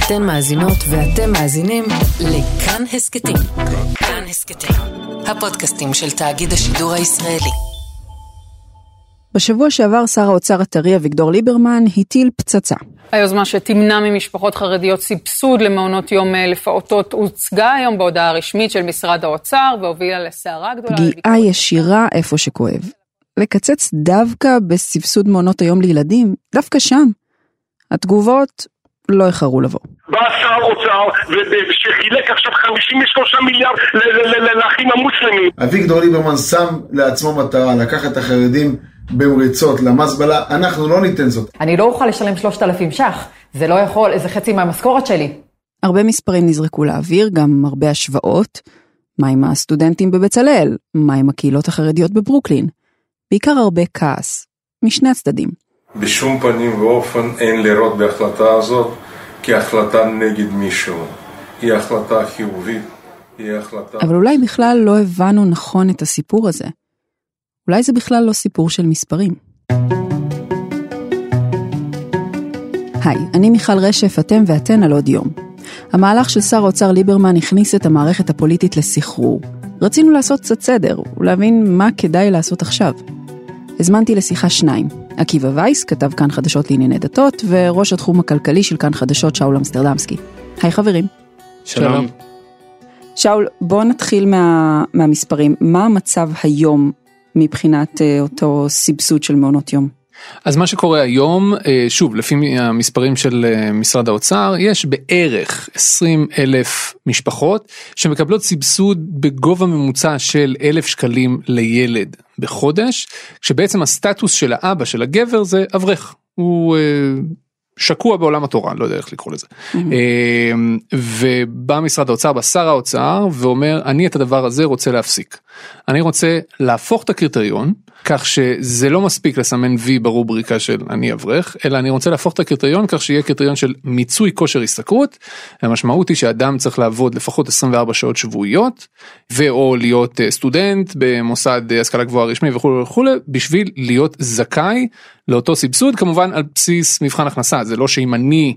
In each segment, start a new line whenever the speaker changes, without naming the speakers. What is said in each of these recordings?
אתן מאזינות ואתם מאזינים לכאן הסקטים. כאן הסקטים, הפודקאסטים של תאגיד השידור הישראלי.
בשבוע שעבר שר האוצר הטרי אביגדור ליברמן הטיל פצצה.
היוזמה שתמנע ממשפחות חרדיות סבסוד למעונות יום לפעוטות הוצגה היום בהודעה הרשמית של משרד האוצר והובילה לסערה גדולה.
פגיעה ישירה איפה שכואב. לקצץ דווקא בסבסוד מעונות היום לילדים, דווקא שם. התגובות לא איחרו לבוא.
בא שר האוצר ושחילק עכשיו 53 מיליארד לאחים המוסלמים.
אביגדור ליברמן שם לעצמו מטרה לקחת את החרדים במריצות למזבלה, אנחנו לא ניתן זאת.
אני לא אוכל לשלם 3,000 ש"ח, זה לא יכול, זה חצי מהמשכורת שלי.
הרבה מספרים נזרקו לאוויר, גם הרבה השוואות. מה עם הסטודנטים בבצלאל? מה עם הקהילות החרדיות בברוקלין? בעיקר הרבה כעס, משני הצדדים.
בשום פנים ואופן אין לראות בהחלטה הזאת כהחלטה נגד מישהו. היא החלטה חיובית, היא החלטה...
אבל אולי בכלל לא הבנו נכון את הסיפור הזה. אולי זה בכלל לא סיפור של מספרים. היי, אני מיכל רשף, אתם ואתן על עוד יום. המהלך של שר האוצר ליברמן הכניס את המערכת הפוליטית לסחרור. רצינו לעשות קצת סדר, ולהבין מה כדאי לעשות עכשיו. הזמנתי לשיחה שניים. עקיבא וייס, כתב כאן חדשות לענייני דתות, וראש התחום הכלכלי של כאן חדשות, שאול אמסטרדמסקי. היי חברים.
שלום.
שאול, בוא נתחיל מהמספרים. מה המצב היום מבחינת אותו סבסוד של מעונות יום?
אז מה שקורה היום, שוב, לפי המספרים של משרד האוצר, יש בערך 20,000 משפחות שמקבלות סבסוד בגובה ממוצע של 1,000 שקלים לילד בחודש, כשבעצם הסטטוס של האבא, של הגבר, זה אברך. הוא שקוע בעולם התורה, לא יודע איך לקרוא לזה. ובא משרד האוצר, בא שר האוצר, ואומר, אני את הדבר הזה רוצה להפסיק. אני רוצה להפוך את הקריטריון, כך שזה לא מספיק לסמן וי ברובריקה של אני אברך, אלא אני רוצה להפוך את הקריטריון כך שיהיה קריטריון של מיצוי כושר השתכרות. המשמעות היא שאדם צריך לעבוד לפחות 24 שעות שבועיות, ואו להיות סטודנט במוסד השכלה גבוהה רשמי וכו' וכו', בשביל להיות זכאי לאותו סבסוד, כמובן על בסיס מבחן הכנסה. זה לא שאם אני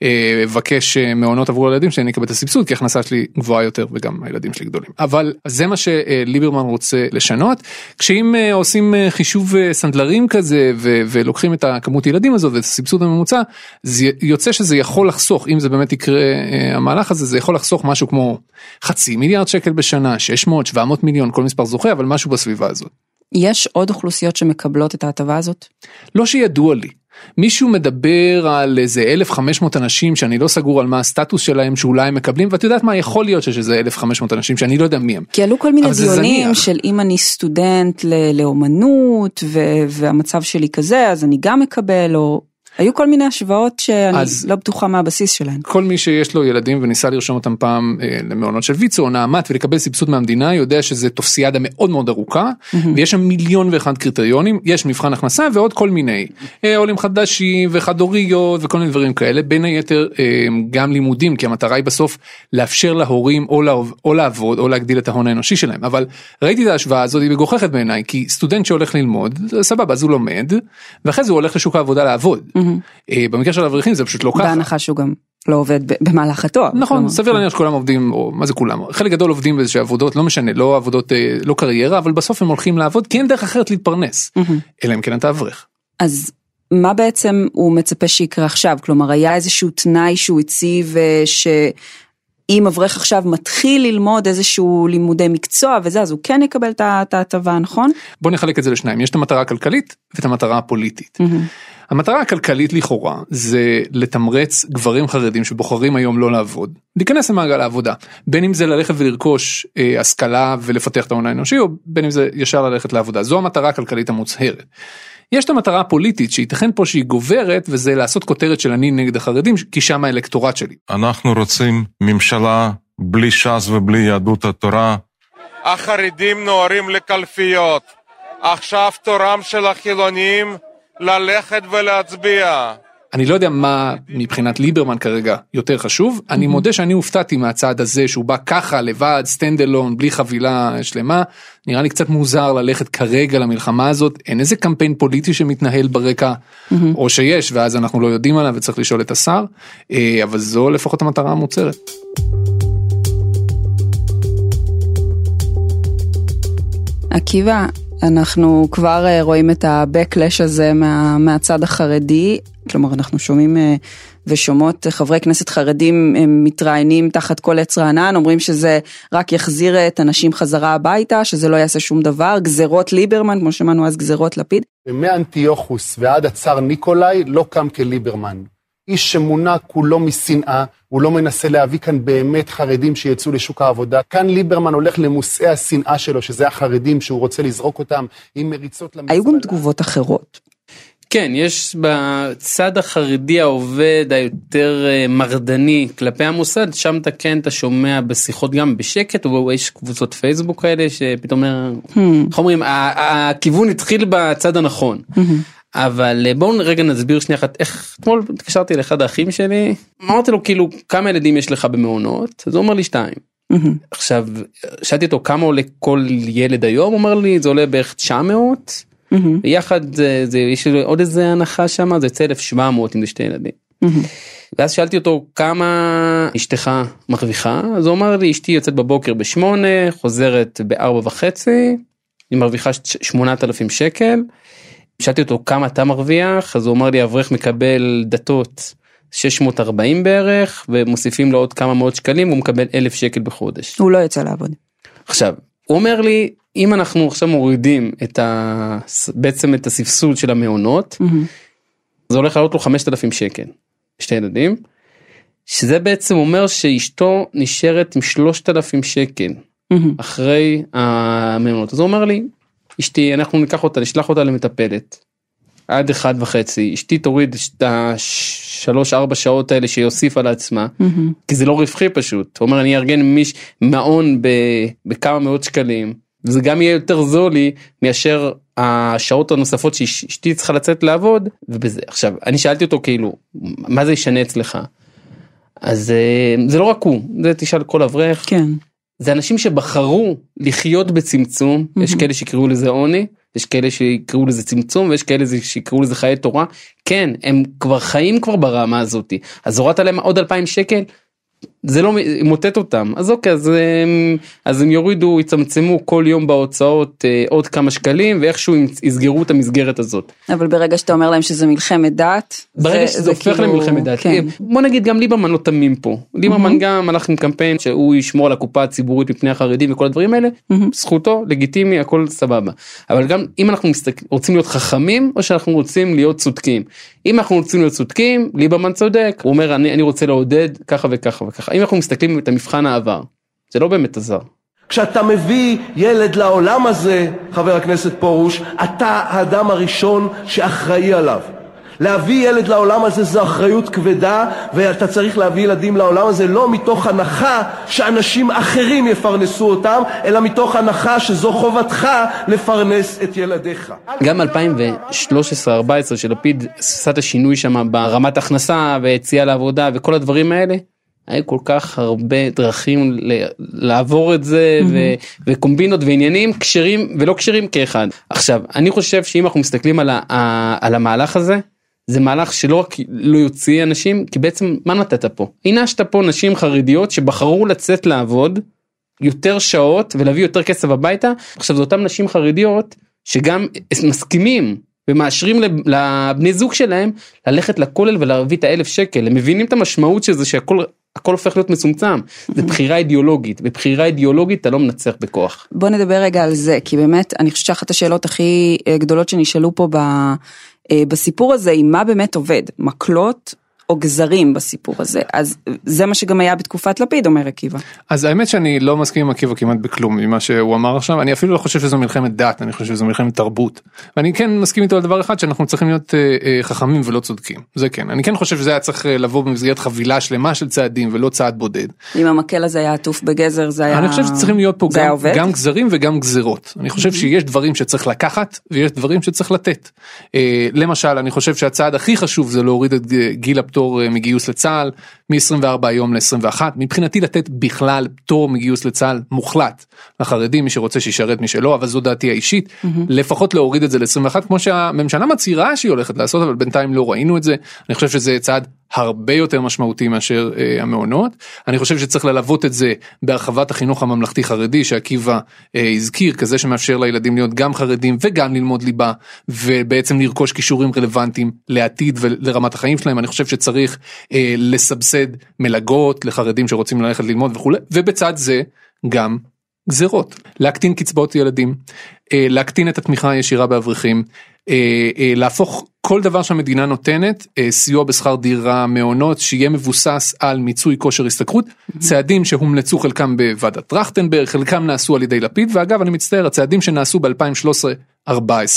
אבקש מעונות עבור הילדים שאני אקבל את הסבסוד, כי הכנסה שלי גבוהה יותר וגם הילדים שלי גדולים. אבל זה מה שליברמן רוצה לשנות. כשאם עושים חישוב סנדלרים כזה ולוקחים את הכמות ילדים הזו ואת הסבסוד הממוצע, זה יוצא שזה יכול לחסוך, אם זה באמת יקרה המהלך הזה, זה יכול לחסוך משהו כמו 500 מיליארד שקל בשנה, 600, 700 מיליון, כל מספר זוכה, אבל משהו בסביבה הזאת.
יש עוד אוכלוסיות שמקבלות את ההטבה הזאת?
לא שידוע לי. מישהו מדבר על איזה 1,500 אנשים שאני לא סגור על מה הסטטוס שלהם שאולי הם מקבלים, ואת יודעת מה, יכול להיות שזה 1,500 אנשים שאני לא יודע מי הם.
כי עלו כל מיני דיונים של אם אני סטודנט לאומנות והמצב שלי כזה, אז אני גם מקבל, או היו כל מיני השוואות שאני לא בטוחה מה הבסיס שלהן.
כל מי שיש לו ילדים וניסה לרשום אותם פעם למעונות של ויצו או נעמת ולקבל סבסוד מהמדינה, יודע שזה תופסיאדה מאוד מאוד ארוכה, ויש שם 1,001,000 קריטריונים, יש מבחן הכנסה ועוד כל מיני, עולים חדשים וחד-הוריות וכל מיני דברים כאלה, בין היתר גם לימודים, כי המטרה היא בסוף לאפשר להורים או לעבוד או להגדיל את ההון האנושי שלהם, אבל ראיתי את ההשוואה הזאת, היא מגוחכת בעיניי, כי סטודנט שהולך ללמוד, סבבה, אז הוא לומד, ואחרי זה הוא הולך לשוק העבודה לעבוד. במקרה של האברכים זה פשוט לא ככה.
בהנחה שהוא גם לא עובד במהלך התואר.
נכון, סביר להניח שכולם עובדים, או מה זה כולם? חלק גדול עובדים באיזושהי עבודות, לא משנה, לא עבודות, לא קריירה, אבל בסוף הם הולכים לעבוד, כי אין דרך אחרת להתפרנס. אלא אם כן אתה אברך.
אז מה בעצם הוא מצפה שיקרה עכשיו? כלומר, היה איזשהו תנאי שהוא הציב שאם אברך עכשיו מתחיל ללמוד איזשהו לימודי מקצוע וזה, אז הוא כן יקבל את ההטבה, נכון?
בוא נחלק את זה לשניים. יש את המטרה הכלכלית ואת המטרה הפוליטית. המטרה הכלכלית לכאורה זה לתמרץ גברים חרדים שבוחרים היום לא לעבוד, להיכנס למעגל העבודה, בין אם זה ללכת ולרכוש השכלה ולפתח את ההון האנושי, או בין אם זה ישר ללכת לעבודה. זו המטרה הכלכלית המוצהרת. יש את המטרה הפוליטית שייתכן פה שהיא גוברת, וזה לעשות כותרת של אני נגד החרדים, כי שם האלקטורט שלי.
אנחנו רוצים ממשלה בלי ש"ס ובלי יהדות התורה. החרדים נוהרים לקלפיות, עכשיו תורם של החילונים ללכת ולהצביע.
אני לא יודע מה מבחינת ליברמן כרגע יותר חשוב, אני מודה שאני הופתעתי מהצעד הזה, שהוא בא ככה לבד, סטנד אלון, בלי חבילה שלמה, נראה לי קצת מוזר ללכת כרגע למלחמה הזאת, אין איזה קמפיין פוליטי שמתנהל ברקע, או שיש, ואז אנחנו לא יודעים עליו וצריך לשאול את השר, אבל זו לפחות המטרה המוצרת.
עקיבא, אנחנו כבר רואים את ה-backlash הזה מהצד החרדי, כלומר אנחנו שומעים ושומעות חברי כנסת חרדים מתראיינים תחת כל עץ רענן, אומרים שזה רק יחזיר את אנשים חזרה הביתה, שזה לא יעשה שום דבר, גזרות ליברמן, כמו שמענו אז גזרות לפיד.
מאנטיוכוס ועד הצאר ניקולאי לא קם כליברמן. איש שמונה כולו משנאה, הוא לא מנסה להביא כאן באמת חרדים שיצאו לשוק העבודה. כאן ליברמן הולך למושאי השנאה שלו, שזה החרדים שהוא רוצה לזרוק אותם עם מריצות למזבלה.
היו גם תגובות אחרות.
כן, יש בצד החרדי העובד היותר מרדני כלפי המוסד, שם אתה שומע בשיחות גם בשקט, ויש קבוצות פייסבוק כאלה שפתאום אומרים, הכיוון התחיל בצד הנכון. אבל בואו רגע נסביר שנייה אחת, איך, אתמול התקשרתי לאחד האחים שלי, אמרתי לו כאילו, כמה ילדים יש לך במעונות? אז הוא אומר לי 2. עכשיו, שאלתי אותו, כמה עולה כל ילד היום? הוא אומר לי, זה עולה בערך 900, ויחד, יש עוד איזה הנחה שם, זה יצא 1,700 אם זה 2 ילדים. ואז שאלתי אותו, כמה אשתך מרוויחה? אז הוא אמר לי, אשתי יוצאת בבוקר ב8, חוזרת ב4.5, היא מרוויחה 8,000 שקל, שאלתי אותו כמה אתה מרוויח, אז הוא אמר לי אברך מקבל דתות 640 בערך, ומוסיפים לו עוד כמה מאות שקלים, הוא מקבל 1,000 שקל בחודש.
הוא לא יצא לעבוד.
עכשיו, הוא אומר לי, אם אנחנו עכשיו מורידים בעצם את הסבסוד של המעונות, זה הולך לעלות לו 5,000 שקל, 2 ילדים, שזה בעצם אומר שאשתו נשארת עם 3,000 שקל, אחרי המעונות. אז הוא אומר לי, אשתי, אנחנו ניקח אותה, נשלח אותה למטפלת, עד 1.5, אשתי תוריד את 3-4 שעות האלה שיוסיף על עצמה, כי זה לא רווחי פשוט, הוא אומר, אני ארגן מעון בכמה מאות שקלים, וזה גם יהיה יותר זול לי, מאשר השעות הנוספות שאשתי צריכה לצאת לעבוד, ובזה, עכשיו, אני שאלתי אותו כאילו, מה זה ישנה אצלך? אז זה לא רק הוא, זה תשאל כל אברך,
כן.
זה אנשים שבחרו לחיות בצמצום, יש כאלה שיקראו לזה עוני, יש כאלה שיקראו לזה צמצום, ויש כאלה שיקראו לזה חיי תורה, כן, הם כבר חיים כבר ברמה הזאת, אז הורדת להם עוד 2,000 שקל, זה לא מוטט אותם, אז אוקיי, אז הם יורידו, יצמצמו כל יום בהוצאות עוד כמה שקלים, ואיכשהו יסגרו את המסגרת הזאת.
אבל ברגע שאתה אומר להם שזה מלחמת דת,
ברגע שזה הופך למלחמת דת, בוא נגיד גם ליברמן לא תמים פה, ליברמן גם הלך עם קמפיין שהוא ישמור על הקופה הציבורית מפני החרדים וכל הדברים האלה, זכותו, לגיטימי, הכל סבבה. אבל גם אם אנחנו רוצים להיות חכמים, או שאנחנו רוצים להיות צודקים. אם אנחנו רוצים להיות צודקים, ליברמן צודק, הוא אומר אני רוצה לעודד ככה וככה וככה. אם אנחנו מסתכלים את המבחן העבר, זה לא באמת עזר.
כשאתה מביא ילד לעולם הזה, חבר הכנסת פרוש, אתה האדם הראשון שאחראי עליו. להביא ילד לעולם הזה זו אחריות כבדה, ואתה צריך להביא ילדים לעולם הזה לא מתוך הנחה שאנשים אחרים יפרנסו אותם, אלא מתוך הנחה שזו חובתך לפרנס את ילדיך.
גם 2013-2014 שלפיד עשה את השינוי שם ברמת הכנסה ויציאה לעבודה וכל הדברים האלה, היה כל כך הרבה דרכים לעבור את זה, וקומבינות ועניינים, קשרים ולא קשרים כאחד. עכשיו, אני חושב שאם אנחנו מסתכלים על המהלך הזה, זה מהלך שלא רק לא יוציא אנשים, כי בעצם מה נתת פה? הנשת פה נשים חרדיות שבחרו לצאת לעבוד יותר שעות ולהביא יותר כסף הביתה. עכשיו, זה אותם נשים חרדיות שגם מסכימים ומאשרים לבני זוג שלהם ללכת לכולל ולהביא את 1,000 שקל. הם מבינים את המשמעות של זה שהכל הופך להיות מצומצם. זה בחירה אידיאולוגית. בבחירה אידיאולוגית אתה לא מנצח בכוח.
בוא נדבר רגע על זה, כי באמת אני חושבת שאחת השאלות הכי גדולות שנשאלו פה בסיפור הזה, היא מה באמת עובד? מקלות או גזרים בסיפור הזה, אז זה מה שגם היה בתקופת לפיד, אומר עקיבא.
אז האמת שאני לא מסכים עם עקיבא כמעט בכלום ממה שהוא אמר עכשיו, אני אפילו לא חושב שזו מלחמת דת, אני חושב שזו מלחמת תרבות, ואני כן מסכים איתו על דבר אחד, שאנחנו צריכים להיות חכמים ולא צודקים, זה כן, אני כן חושב שזה היה צריך לבוא במסגרת חבילה שלמה של צעדים ולא צעד בודד.
אם המקל הזה היה עטוף בגזר, זה היה...
אני חושב שצריכים להיות פה גם גזרים וגם גזרות, אני חושב שיש דברים שצריך לקחת ויש דברים שצריך לתת. למשל, אני חושב שהצעד הכי חשוב זה להוריד את גיל הפטור מגיוס לצה"ל, מ-24 יום ל-21, מבחינתי לתת בכלל פטור מגיוס לצה"ל מוחלט לחרדים, מי שרוצה שישרת מי שלא, אבל זו דעתי האישית, לפחות להוריד את זה ל-21, כמו שהממשלה מצהירה שהיא הולכת לעשות, אבל בינתיים לא ראינו את זה, אני חושב שזה צעד הרבה יותר משמעותי מאשר המעונות, אני חושב שצריך ללוות את זה בהרחבת החינוך הממלכתי חרדי, שעקיבא הזכיר, כזה שמאפשר לילדים להיות גם חרדים וגם ללמוד ליבה, ובעצם לרכוש כישורים רלוונטיים לעתיד ולרמת החיים שלהם, אני חושב שצריך לסבסד מלגות לחרדים שרוצים ללכת ללמוד וכו', ובצד זה גם גזרות, להקטין קצבאות ילדים, להקטין את התמיכה הישירה באברכים, להפוך כל דבר שהמדינה נותנת, סיוע בשכר דירה, מעונות, שיהיה מבוסס על מיצוי כושר השתכרות, צעדים שהומלצו חלקם בוועדת טרכטנברג, חלקם נעשו על ידי לפיד, ואגב אני מצטער, הצעדים שנעשו ב-2013-2014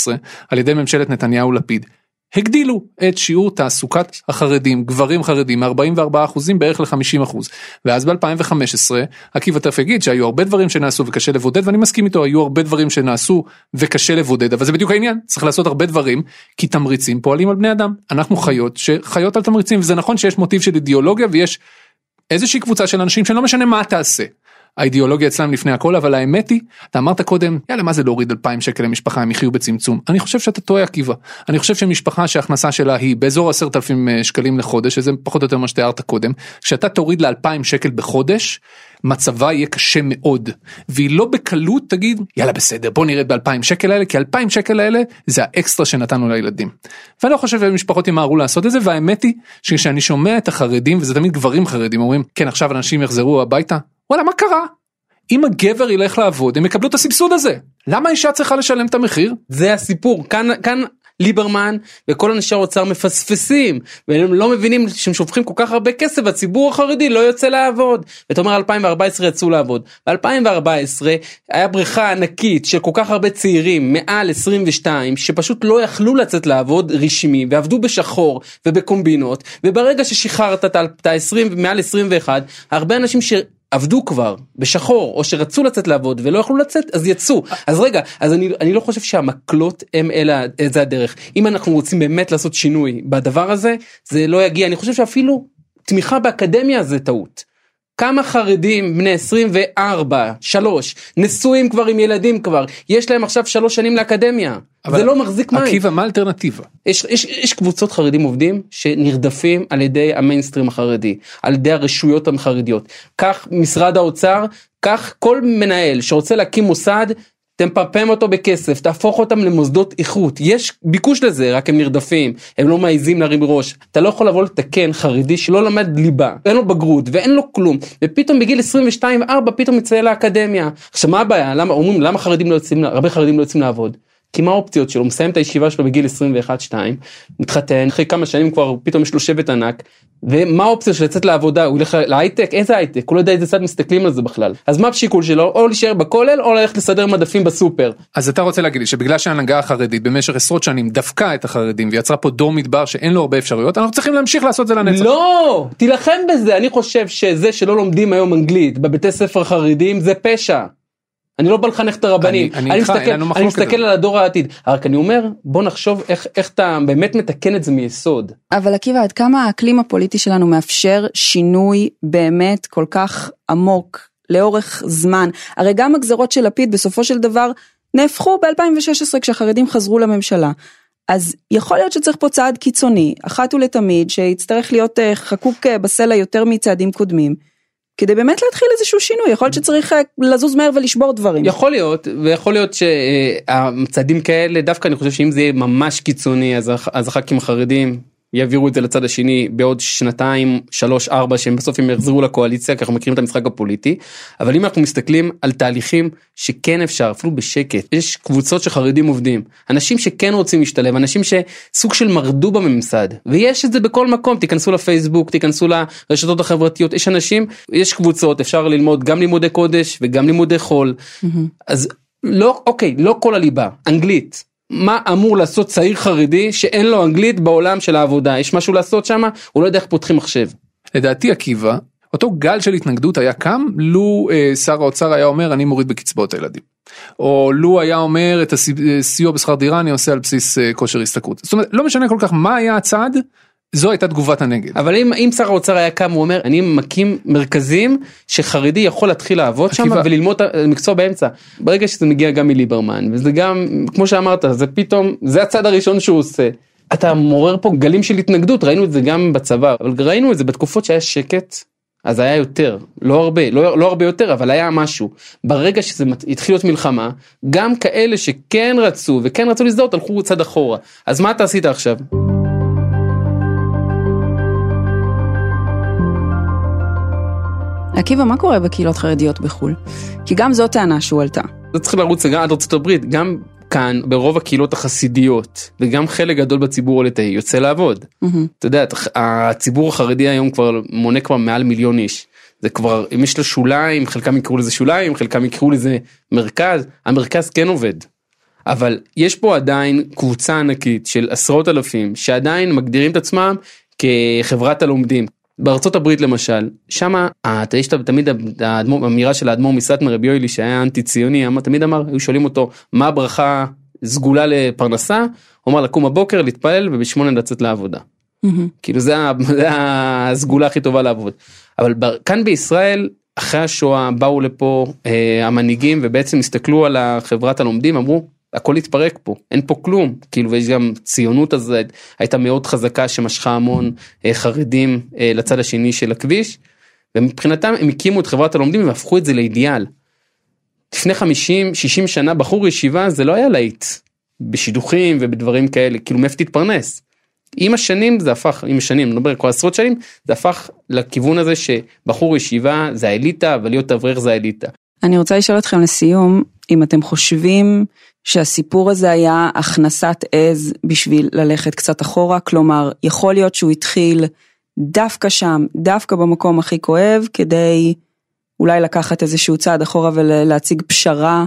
על ידי ממשלת נתניהו לפיד, הגדילו את שיעור תעסוקת החרדים, גברים חרדים, מ-44% בערך ל-50%. ואז ב-2015, עקיבא תכף יגיד שהיו הרבה דברים שנעשו וקשה לבודד, ואני מסכים איתו, היו הרבה דברים שנעשו וקשה לבודד, אבל זה בדיוק העניין, צריך לעשות הרבה דברים, כי תמריצים פועלים על בני אדם. אנחנו חיות שחיות על תמריצים, וזה נכון שיש מוטיב של אידיאולוגיה, ויש איזושהי קבוצה של אנשים שלא משנה מה תעשה. האידיאולוגיה אצלם לפני הכל, אבל האמת היא, אתה אמרת קודם, יאללה, מה זה להוריד 2,000 שקל למשפחה, הם יחיו בצמצום. אני חושב שאתה טועה עקיבא. אני חושב שמשפחה שההכנסה שלה היא באזור 10,000 שקלים לחודש, שזה פחות או יותר מה שתיארת קודם, כשאתה תוריד ל2,000 שקל בחודש, מצבה יהיה קשה מאוד, והיא לא בקלות תגיד, יאללה בסדר, בוא נרד ב2,000 שקל האלה, כי 2,000 שקל האלה זה האקסטרה שנתנו לילדים. ואני לא חושב שמשפחות ימהרו לעשות את זה, והאמת היא שכשאני שומע את החרדים, וזה תמיד גברים חרדים, אומרים, כן, עכשיו אנשים יחזרו הביתה. וואלה, מה קרה? אם הגבר ילך לעבוד, הם יקבלו את הסבסוד הזה. למה האישה צריכה לשלם את המחיר?
זה הסיפור. כאן ליברמן וכל אנשי האוצר מפספסים, והם לא מבינים שהם שופכים כל כך הרבה כסף, והציבור החרדי לא יוצא לעבוד. ואתה אומר, 2014 יצאו לעבוד. ב-2014 היה בריכה ענקית של כל כך הרבה צעירים, מעל 22, שפשוט לא יכלו לצאת לעבוד רשמי, ועבדו בשחור ובקומבינות, וברגע ששחררת את ה-20 ומעל 21, הרבה אנשים עבדו כבר בשחור, או שרצו לצאת לעבוד ולא יכלו לצאת, אז יצאו. אז רגע, אז אני לא חושב שהמקלות הם זה הדרך. אם אנחנו רוצים באמת לעשות שינוי בדבר הזה, זה לא יגיע. אני חושב שאפילו תמיכה באקדמיה זה טעות. כמה חרדים בני 24, 3, נשואים כבר עם ילדים כבר, יש להם עכשיו 3 שנים לאקדמיה. זה לא מחזיק מים.
עקיבא, מה האלטרנטיבה?
יש קבוצות חרדים עובדים שנרדפים על ידי המיינסטרים החרדי, על ידי הרשויות החרדיות. כך משרד האוצר, כך כל מנהל שרוצה להקים מוסד, תפמפם אותו בכסף, תהפוך אותם למוסדות איכות. יש ביקוש לזה, רק הם נרדפים, הם לא מעיזים להרים ראש. אתה לא יכול לבוא לתקן חרדי שלא למד ליבה, אין לו בגרות ואין לו כלום, ופתאום בגיל 22-4 פתאום יצא לאקדמיה. עכשיו מה הבעיה? אומרים, למה הרבה חרדים לא יוצאים לעבוד? כי מה האופציות שלו? הוא מסיים את הישיבה שלו בגיל 21-2, מתחתן, אחרי כמה שנים כבר פתאום יש לו שבט ענק, ומה האופציה של לצאת לעבודה? הוא ילך להייטק? איזה הייטק? הוא לא יודע איזה צד מסתכלים על זה בכלל. אז מה השיקול שלו? או להישאר בכולל, או ללכת לסדר מדפים בסופר.
אז אתה רוצה להגיד לי שבגלל שההנהגה החרדית במשך עשרות שנים דפקה את החרדים, ויצרה פה דור מדבר שאין לו הרבה אפשרויות, אנחנו צריכים להמשיך לעשות זה לנצח.
לא! תילחם בזה. אני חושב שזה שלא לומדים היום אנגלית בבתי ספר חרדים זה פשע. אני לא בא לחנך את הרבנים, אני מסתכל על הדור העתיד, רק אני אומר, בוא נחשוב איך אתה באמת מתקן את זה מיסוד.
אבל עקיבא, עד כמה האקלים הפוליטי שלנו מאפשר שינוי באמת כל כך עמוק, לאורך זמן, הרי גם הגזרות של לפיד בסופו של דבר, נהפכו ב-2016 כשהחרדים חזרו לממשלה, אז יכול להיות שצריך פה צעד קיצוני, אחת ולתמיד, שיצטרך להיות חקוק בסלע יותר מצעדים קודמים, כדי באמת להתחיל איזשהו שינוי, יכול להיות שצריך לזוז מהר ולשבור דברים.
יכול להיות, ויכול להיות שהצעדים כאלה, דווקא אני חושב שאם זה יהיה ממש קיצוני, אז הח"כים החרדים יעבירו את זה לצד השני בעוד 2, 3, 4 שהם בסוף הם יחזרו לקואליציה, כי אנחנו מכירים את המשחק הפוליטי, אבל אם אנחנו מסתכלים על תהליכים שכן אפשר, אפילו בשקט, יש קבוצות שחרדים עובדים, אנשים שכן רוצים להשתלב, אנשים שסוג של מרדו בממסד, ויש את זה בכל מקום, תיכנסו לפייסבוק, תיכנסו לרשתות החברתיות, יש אנשים, יש קבוצות, אפשר ללמוד גם לימודי קודש וגם לימודי חול, אז לא, אוקיי, לא כל הליבה, אנגלית, מה אמור לעשות צעיר חרדי שאין לו אנגלית בעולם של העבודה? יש משהו לעשות שם? הוא לא יודע איך פותחים מחשב.
לדעתי עקיבא, אותו גל של התנגדות היה קם, לו שר האוצר היה אומר אני מוריד בקצבאות הילדים. או לו היה אומר את הסיוע בשכר דירה אני עושה על בסיס כושר השתכרות. זאת אומרת, לא משנה כל כך מה היה הצעד, זו הייתה תגובת הנגד.
אבל אם שר האוצר היה קם, הוא אומר, אני מקים מרכזים שחרדי יכול להתחיל לעבוד שם וללמוד מקצוע באמצע. ברגע שזה מגיע גם מליברמן, וזה גם, כמו שאמרת, זה פתאום, זה הצד הראשון שהוא עושה. אתה מעורר פה גלים של התנגדות, ראינו את זה גם בצבא, אבל ראינו את זה בתקופות שהיה שקט, אז היה יותר, לא הרבה יותר, אבל היה משהו. ברגע שזה התחיל להיות מלחמה, גם כאלה שכן רצו, וכן רצו להזדהות, הלכו צד אחורה. אז מה אתה עשית עכשיו?
עקיבא, מה קורה בקהילות חרדיות בחול? כי גם זאת טענה שהוא עלתה.
זה צריך לרוץ גם עד ארצות הברית, גם כאן ברוב הקהילות החסידיות, וגם חלק גדול בציבור הליטאי יוצא לעבוד. אתה יודע, הציבור החרדי היום כבר מונה כבר מעל 1,000,000 איש. זה כבר, אם יש לו שוליים, חלקם יקראו לזה שוליים, חלקם יקראו לזה מרכז, המרכז כן עובד. אבל יש פה עדיין קבוצה ענקית של עשרות אלפים, שעדיין מגדירים את עצמם כחברת הלומדים. בארצות הברית למשל, שמה, יש תמיד האמירה של האדמו"ר מסאטמר רבי יואלי, שהיה אנטי ציוני, תמיד אמר, היו שואלים אותו, מה הברכה סגולה לפרנסה? הוא אמר, לקום הבוקר, להתפלל, וב8 לצאת לעבודה. כאילו זה הסגולה הכי טובה לעבוד. אבל כאן בישראל, אחרי השואה, באו לפה המנהיגים, ובעצם הסתכלו על חברת הלומדים, אמרו, הכל התפרק פה, אין פה כלום, כאילו, ויש גם ציונות הזאת, הייתה מאוד חזקה שמשכה המון חרדים לצד השני של הכביש, ומבחינתם הם הקימו את חברת הלומדים והפכו את זה לאידיאל. לפני 50-60 שנה בחור ישיבה זה לא היה להיט, בשידוכים ובדברים כאלה, כאילו מאיפה תתפרנס. עם השנים זה הפך, עם השנים, נדבר כל עשרות שנים, זה הפך לכיוון הזה שבחור ישיבה זה האליטה, אבל להיות אברך זה האליטה.
אני רוצה לשאול אתכם לסיום, אם אתם חושבים שהסיפור הזה היה הכנסת עז בשביל ללכת קצת אחורה, כלומר, יכול להיות שהוא התחיל דווקא שם, דווקא במקום הכי כואב, כדי אולי לקחת איזשהו צעד אחורה ולהציג פשרה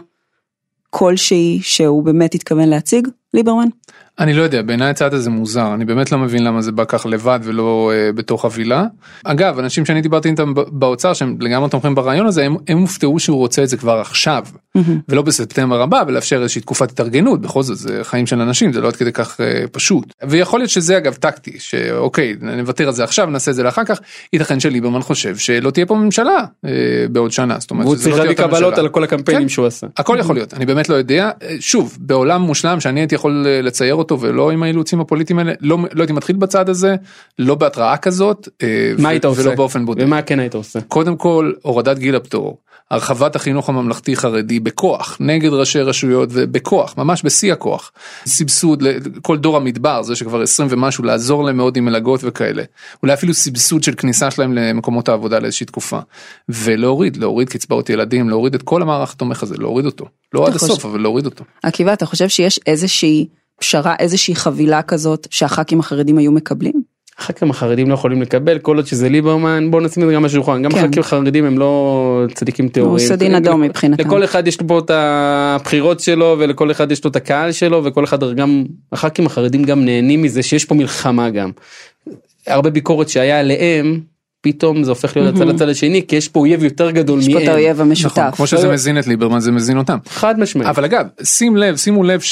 כלשהי שהוא באמת התכוון להציג, ליברמן?
אני לא יודע, בעיניי הצעת הזה מוזר, אני באמת לא מבין למה זה בא כך לבד ולא בתוך חבילה. אגב, אנשים שאני דיברתי איתם באוצר, שהם לגמרי תומכים ברעיון הזה, הם מופתעו שהוא רוצה את זה כבר עכשיו, ולא בספטמבר הבא, ולאפשר איזושהי תקופת התארגנות, בכל זאת, זה חיים של אנשים, זה לא עד כדי כך פשוט. ויכול להיות שזה אגב טקטי, שאוקיי, נוותר על זה עכשיו, נעשה את זה לאחר כך, ייתכן שליברמן חושב שלא תהיה פה ממשלה בעוד שנה, זאת אומרת,
והוא צריך להביא קבלות על כל הקמפיינים שהוא עשה.
הכל יכול להיות, אני באמת לא יודע. שוב, בעולם מושלם שאני הייתי יכול לצייר אותו ולא עם האילוצים הפוליטיים האלה, לא הייתי מתחיל בצד הזה, לא בהתראה כזאת,
מה היית עושה?
ולא באופן בודד.
ומה כן היית עושה?
קודם כל, הורדת גיל הפטור, הרחבת החינוך הממלכתי חרדי בכוח, נגד ראשי רשויות ובכוח, ממש בשיא הכוח, סבסוד לכל דור המדבר, זה שכבר 20 ומשהו, לעזור להם מאוד עם מלגות וכאלה, אולי אפילו סבסוד של כניסה שלהם למקומות העבודה לאיזושהי תקופה, ולהוריד קצבאות ילדים, להוריד את כל המערך התומך הזה, להוריד אותו, לא עד הסוף, אבל להוריד אותו.
עקיבא, אתה חושב שיש איזושהי פשרה, איזושהי חבילה כזאת שהח"כים החרדים היו מקבלים?
הח"כים החרדים לא יכולים לקבל, כל עוד שזה ליברמן, בואו נשים את זה גם בשולחן, גם הח"כים החרדים הם לא צדיקים תיאוריים.
הוא סדין אדום מבחינתם.
לכל אחד יש לו פה את הבחירות שלו, ולכל אחד יש לו את הקהל שלו, וכל אחד גם, הח"כים החרדים גם נהנים מזה, שיש פה מלחמה גם. הרבה ביקורת שהיה עליהם, פתאום זה הופך להיות לצד השני, כי יש פה אויב יותר גדול מהם.
יש פה את האויב המשותף.
נכון, כמו שזה מזין את ליברמן, זה מזין אותם.
חד משמעית.
אבל אגב, שימו לב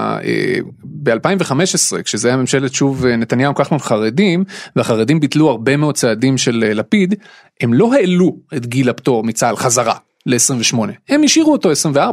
ב-2015, כשזה היה ממשלת שוב נתניהו כחלון חרדים, והחרדים ביטלו הרבה מאוד צעדים של לפיד, הם לא העלו את גיל הפטור מצה"ל חזרה ל-28, הם השאירו אותו 24.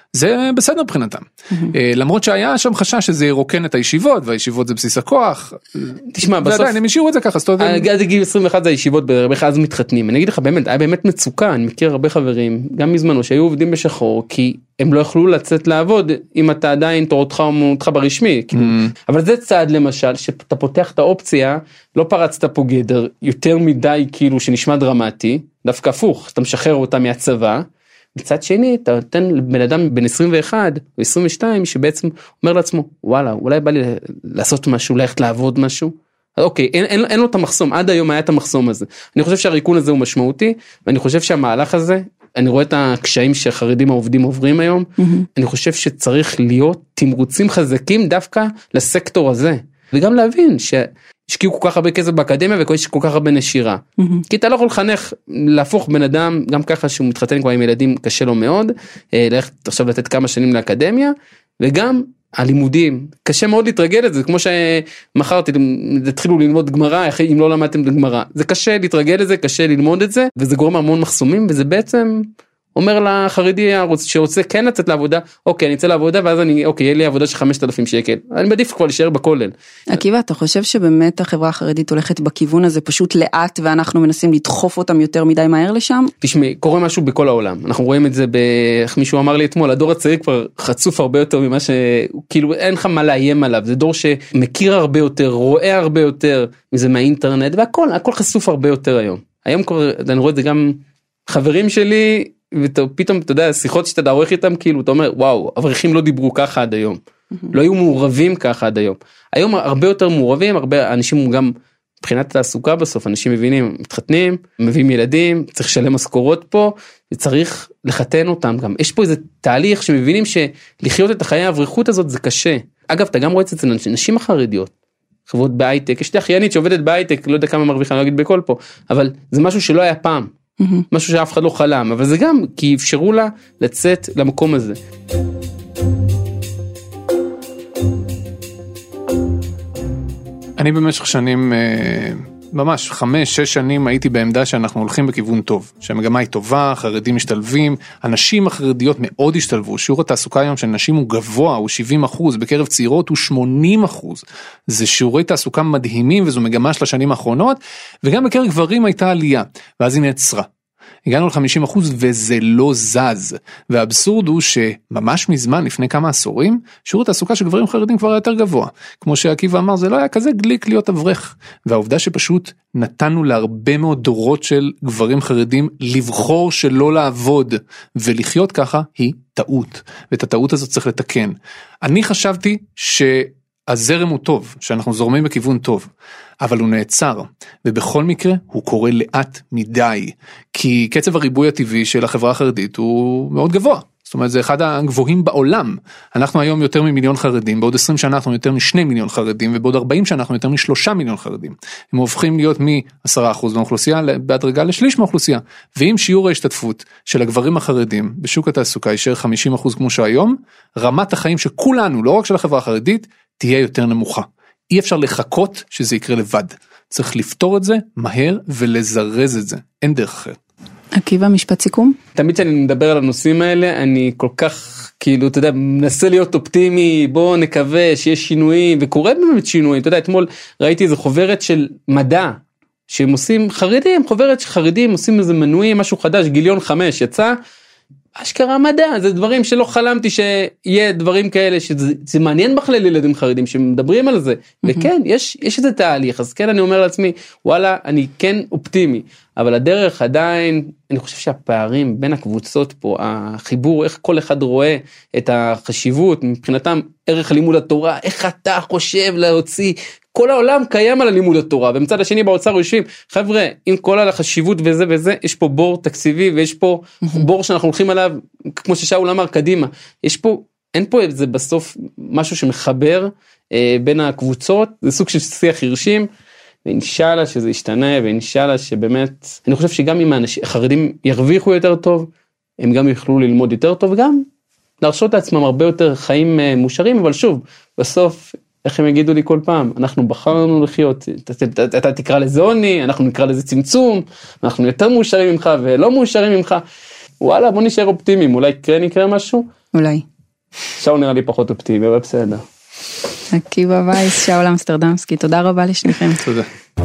זה בסדר מבחינתם. למרות שהיה שם חשש שזה ירוקן את הישיבות, והישיבות זה בסיס הכוח.
תשמע, בסוף...
ועדיין, הם השאירו את זה ככה,
עד גיל 21 זה הישיבות, בערך אז מתחתנים. אני אגיד לך, באמת, היה באמת מצוקה, אני מכיר הרבה חברים, גם מזמנו, שהיו עובדים בשחור, כי הם לא יכלו לצאת לעבוד, אם אתה עדיין תורתך או מותך ברשמי. אבל זה צעד למשל, שאתה פותח את האופציה, לא פרצת פה גדר, יותר מדי כאילו שנשמע דרמטי, דווקא הפוך, אתה משחרר אותה מהצבא, מצד שני, אתה נותן בן אדם בין 21 או 22, שבעצם אומר לעצמו, וואלה, אולי בא לי לעשות משהו, ללכת לעבוד משהו. אוקיי, אין לו את המחסום, עד היום היה את המחסום הזה. אני חושב שהריקון הזה הוא משמעותי, ואני חושב שהמהלך הזה, אני רואה את הקשיים שהחרדים העובדים עוברים היום, אני חושב שצריך להיות תמרוצים חזקים דווקא לסקטור הזה, וגם להבין השקיעו כל כך הרבה כסף באקדמיה, ויש כל כך הרבה נשירה. כי אתה לא יכול לחנך, להפוך בן אדם, גם ככה שהוא מתחתן כבר עם ילדים, קשה לו מאוד, ללכת עכשיו לתת כמה שנים לאקדמיה, וגם הלימודים, קשה מאוד להתרגל את זה, כמו שמחרתי, התחילו ללמוד גמרא, אם לא למדתם גמרא, זה קשה להתרגל את זה, קשה ללמוד את זה, וזה גורם המון מחסומים, וזה בעצם... אומר לחרדי שרוצה כן לצאת לעבודה, אוקיי, אני אצא לעבודה, ואז אוקיי, יהיה לי עבודה של 5,000 שקל. אני מעדיף כבר להישאר בכולל.
עקיבא, אתה חושב שבאמת החברה החרדית הולכת בכיוון הזה פשוט לאט, ואנחנו מנסים לדחוף אותם יותר מדי מהר לשם?
תשמעי, קורה משהו בכל העולם. אנחנו רואים את זה איך מישהו אמר לי אתמול, הדור הצעיר כבר חצוף הרבה יותר ממה כאילו אין לך מה לאיים עליו. זה דור שמכיר הרבה יותר, רואה הרבה יותר מזה מהאינטרנט, והכל, הכל חשוף הרבה יותר היום. היום כבר, אני רואה את זה גם חברים שלי, ופתאום, אתה יודע, שיחות שאתה עורך איתם, כאילו, אתה אומר, וואו, אברכים לא דיברו ככה עד היום. לא היו מעורבים ככה עד היום. היום הרבה יותר מעורבים, הרבה אנשים גם, מבחינת תעסוקה בסוף, אנשים מבינים, מתחתנים, מביאים ילדים, צריך לשלם משכורות פה, וצריך לחתן אותם גם. יש פה איזה תהליך שמבינים שלחיות את החיי האברכות הזאת זה קשה. אגב, אתה גם רואה את זה אצל נשים החרדיות, חברות בהייטק, יש לי אחיינית שעובדת בהייטק, לא יודע כמה מרוויחה, אני לא אגיד בכל פה, אבל זה משהו שלא היה פעם. משהו שאף אחד לא חלם, אבל זה גם כי אפשרו לה לצאת למקום הזה.
אני במשך שנים, ממש 5-6 שנים הייתי בעמדה שאנחנו הולכים בכיוון טוב, שהמגמה היא טובה, חרדים משתלבים, הנשים החרדיות מאוד השתלבו, שיעור התעסוקה היום של נשים הוא גבוה, הוא 70%, בקרב צעירות הוא 80%, זה שיעורי תעסוקה מדהימים, וזו מגמה של השנים האחרונות, וגם בקרב גברים הייתה עלייה, ואז היא נעצרה. הגענו ל-50% וזה לא זז, והאבסורד הוא שממש מזמן, לפני כמה עשורים, שיעור התעסוקה של גברים חרדים כבר היה יותר גבוה. כמו שעקיבא אמר, זה לא היה כזה גליק להיות אברך, והעובדה שפשוט נתנו להרבה מאוד דורות של גברים חרדים לבחור שלא לעבוד, ולחיות ככה היא טעות, ואת הטעות הזאת צריך לתקן. אני חשבתי שהזרם הוא טוב, שאנחנו זורמים בכיוון טוב, אבל הוא נעצר, ובכל מקרה הוא קורה לאט מדי, כי קצב הריבוי הטבעי של החברה החרדית הוא מאוד גבוה, זאת אומרת זה אחד הגבוהים בעולם, אנחנו היום יותר מ1,000,000 חרדים, בעוד 20 שנה אנחנו יותר מ2 מיליון חרדים, ובעוד 40 שנה אנחנו יותר מ3 מיליון חרדים, הם הופכים להיות מ10% מהאוכלוסייה, בהדרגה לשליש מהאוכלוסייה, ואם שיעור ההשתתפות של הגברים החרדים בשוק התעסוקה יישאר 50% כמו שהיום, רמת החיים שכולנו, לא רק של החברה החרדית, תהיה יותר נמוכה. אי אפשר לחכות שזה יקרה לבד. צריך לפתור את זה מהר ולזרז את זה. אין דרך אחר.
עקיבא, משפט סיכום?
תמיד כשאני מדבר על הנושאים האלה, אני כל כך, כאילו, אתה יודע, מנסה להיות אופטימי, בוא נקווה שיש שינויים, וקורה באמת שינויים. אתה יודע, אתמול ראיתי איזו חוברת של מדע, שהם עושים חרדים, חוברת שחרדים עושים איזה מנוי, משהו חדש, גיליון 5, יצא, אשכרה מדע, זה דברים שלא חלמתי שיהיה דברים כאלה, שזה מעניין בכלל ילדים חרדים שמדברים על זה, וכן, יש איזה תהליך, אז כן אני אומר לעצמי, וואלה, אני כן אופטימי, אבל הדרך עדיין, אני חושב שהפערים בין הקבוצות פה, החיבור, איך כל אחד רואה את החשיבות, מבחינתם ערך לימוד התורה, איך אתה חושב להוציא, כל העולם קיים על הלימוד התורה, ומצד השני באוצר יושבים, חבר'ה, עם כל על החשיבות וזה וזה, יש פה בור תקציבי, ויש פה בור שאנחנו הולכים עליו, כמו ששאול אמר, קדימה, יש פה, אין פה איזה בסוף משהו שמחבר בין הקבוצות, זה סוג של שיח חרשים, ואינשאללה שזה ישתנה, ואינשאללה שבאמת, אני חושב שגם אם החרדים ירוויחו יותר טוב, הם גם יוכלו ללמוד יותר טוב, וגם להרשות לעצמם הרבה יותר חיים מאושרים, אבל שוב, בסוף, איך הם יגידו לי כל פעם, אנחנו בחרנו לחיות, אתה תקרא לזה עוני, אנחנו נקרא לזה צמצום, אנחנו יותר מאושרים ממך ולא מאושרים ממך, וואלה בוא נשאר אופטימיים, אולי יקרה משהו.
אולי.
שאול נראה לי פחות אופטימי, אבל בסדר.
עקיבא וייס, שאול אמסטרדמסקי, תודה רבה לשניכם.
תודה.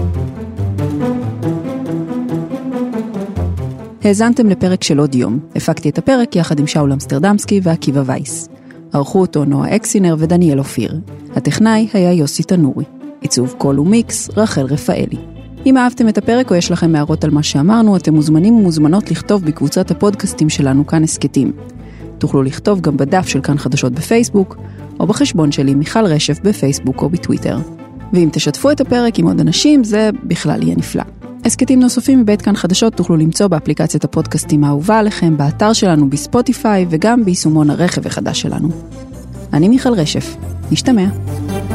האזנתם לפרק של עוד יום. הפקתי את הפרק יחד עם שאול אמסטרדמסקי ועקיבא וייס. ערכו אותו נועה אקסינר ודניאל אופיר. הטכנאי היה יוסי תנורי. עיצוב קול ומיקס, רחל רפאלי. אם אהבתם את הפרק או יש לכם הערות על מה שאמרנו, אתם מוזמנים ומוזמנות לכתוב בקבוצת הפודקאסטים שלנו כאן הסקטים. תוכלו לכתוב גם בדף של כאן חדשות בפייסבוק, או בחשבון שלי מיכל רשף בפייסבוק או בטוויטר. ואם תשתפו את הפרק עם עוד אנשים, זה בכלל יהיה נפלא. הסקטים נוספים מבית כאן חדשות תוכלו למצוא באפליקציית הפודקאסטים האהובה עליכם, באתר שלנו בספוטיפיי וגם ביישומון הרכב החדש שלנו. אני מיכל רשף. נשתמע.